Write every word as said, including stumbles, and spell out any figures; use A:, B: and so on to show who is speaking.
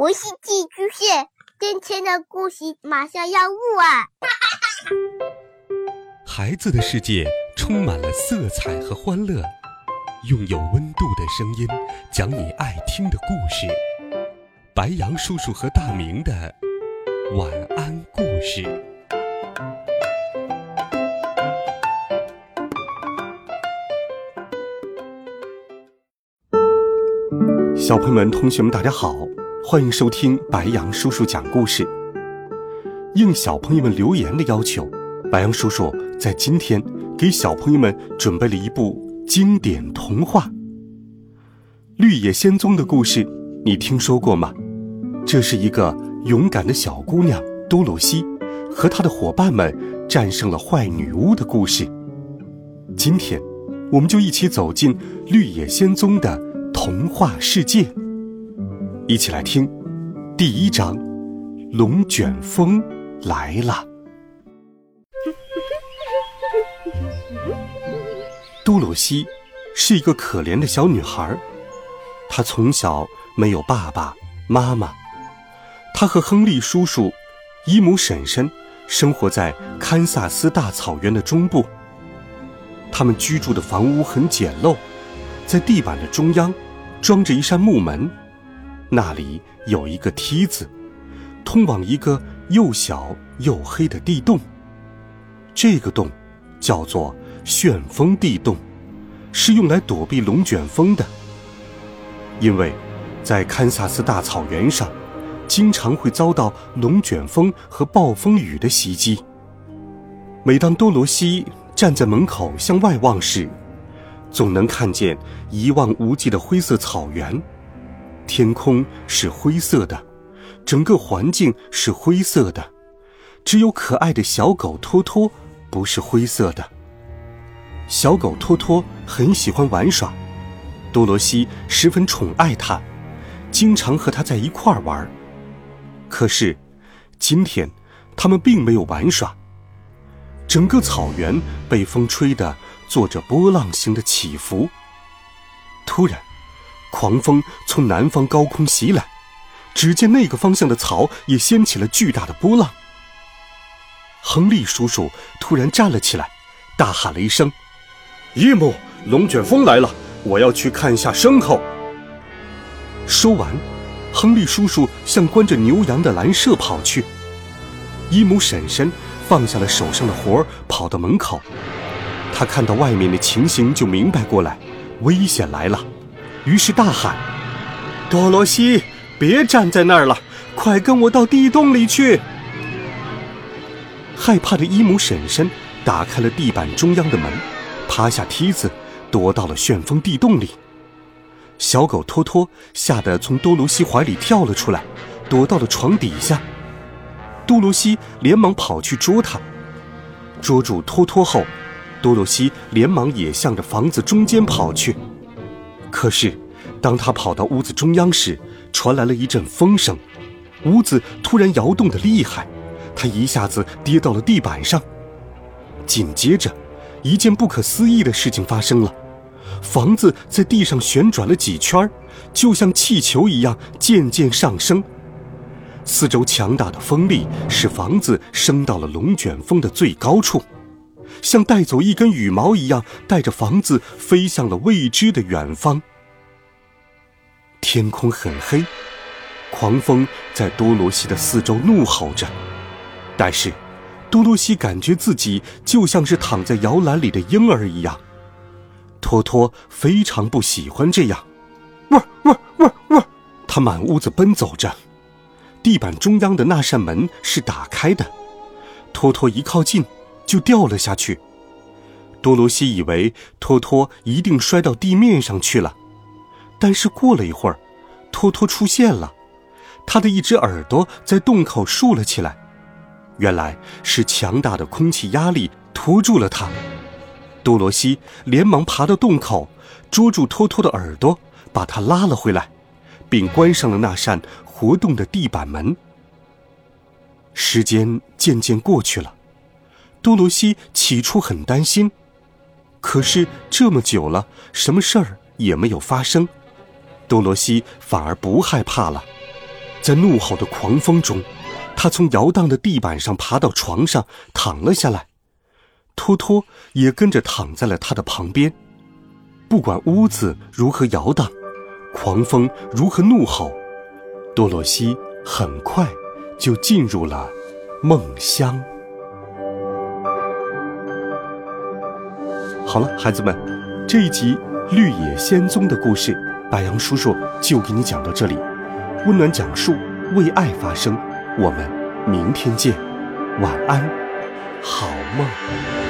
A: 我是寄居蟹，今天的故事马上要录啊！
B: 孩子的世界充满了色彩和欢乐，用有温度的声音讲你爱听的故事。白羊叔叔和大明的晚安故事。小朋友们、同学们，大家好，欢迎收听白羊叔叔讲故事。应小朋友们留言的要求，白羊叔叔在今天给小朋友们准备了一部经典童话《绿野仙踪》的故事，你听说过吗？这是一个勇敢的小姑娘多萝西和她的伙伴们战胜了坏女巫的故事。今天我们就一起走进绿野仙踪的童话世界，一起来听第一章，龙卷风来了。多萝西是一个可怜的小女孩，她从小没有爸爸妈妈，她和亨利叔叔、伊姆婶婶生活在堪萨斯大草原的中部。他们居住的房屋很简陋，在地板的中央装着一扇木门，那里有一个梯子，通往一个又小又黑的地洞。这个洞叫做旋风地洞，是用来躲避龙卷风的。因为在堪萨斯大草原上，经常会遭到龙卷风和暴风雨的袭击。每当多萝西站在门口向外望时，总能看见一望无际的灰色草原，天空是灰色的，整个环境是灰色的，只有可爱的小狗托托不是灰色的。小狗托托很喜欢玩耍，多萝西十分宠爱它，经常和它在一块儿玩。可是今天他们并没有玩耍，整个草原被风吹得做着波浪形的起伏。突然，狂风从南方高空袭来，只见那个方向的草也掀起了巨大的波浪。亨利叔叔突然站了起来，大喊了一声：伊姆，龙卷风来了，我要去看一下牲口。说完，亨利叔叔向关着牛羊的栏舍跑去。伊姆婶婶放下了手上的活儿，跑到门口。他看到外面的情形就明白过来，危险来了，于是大喊：多萝西，别站在那儿了，快跟我到地洞里去。害怕的伊姆婶婶打开了地板中央的门，爬下梯子，躲到了旋风地洞里。小狗托托吓得从多萝西怀里跳了出来，躲到了床底下。多萝西连忙跑去捉它，捉住托托后，多萝西连忙也向着房子中间跑去。可是当他跑到屋子中央时，传来了一阵风声，屋子突然摇动得厉害，他一下子跌到了地板上。紧接着，一件不可思议的事情发生了，房子在地上旋转了几圈，就像气球一样渐渐上升。四周强大的风力使房子升到了龙卷风的最高处，像带走一根羽毛一样，带着房子飞向了未知的远方。天空很黑，狂风在多萝西的四周怒吼着，但是多萝西感觉自己就像是躺在摇篮里的婴儿一样。托托非常不喜欢这样，汪汪汪汪，他满屋子奔走着。地板中央的那扇门是打开的，托托一靠近就掉了下去。多萝西以为托托一定摔到地面上去了，但是过了一会儿，托托出现了，他的一只耳朵在洞口竖了起来，原来是强大的空气压力拖住了他。多萝西连忙爬到洞口，捉住托托的耳朵，把他拉了回来，并关上了那扇活动的地板门。时间渐渐过去了，多萝西起初很担心，可是这么久了，什么事儿也没有发生，多萝西反而不害怕了。 在怒吼的狂风中，他从摇荡的地板上爬到床上躺了下来，托托也跟着躺在了他的旁边。不管屋子如何摇荡，狂风如何怒吼，多萝西很快就进入了梦乡。好了，孩子们，这一集《绿野仙踪》的故事，白杨叔叔就给你讲到这里。温暖讲述，为爱发声，我们明天见，晚安，好梦。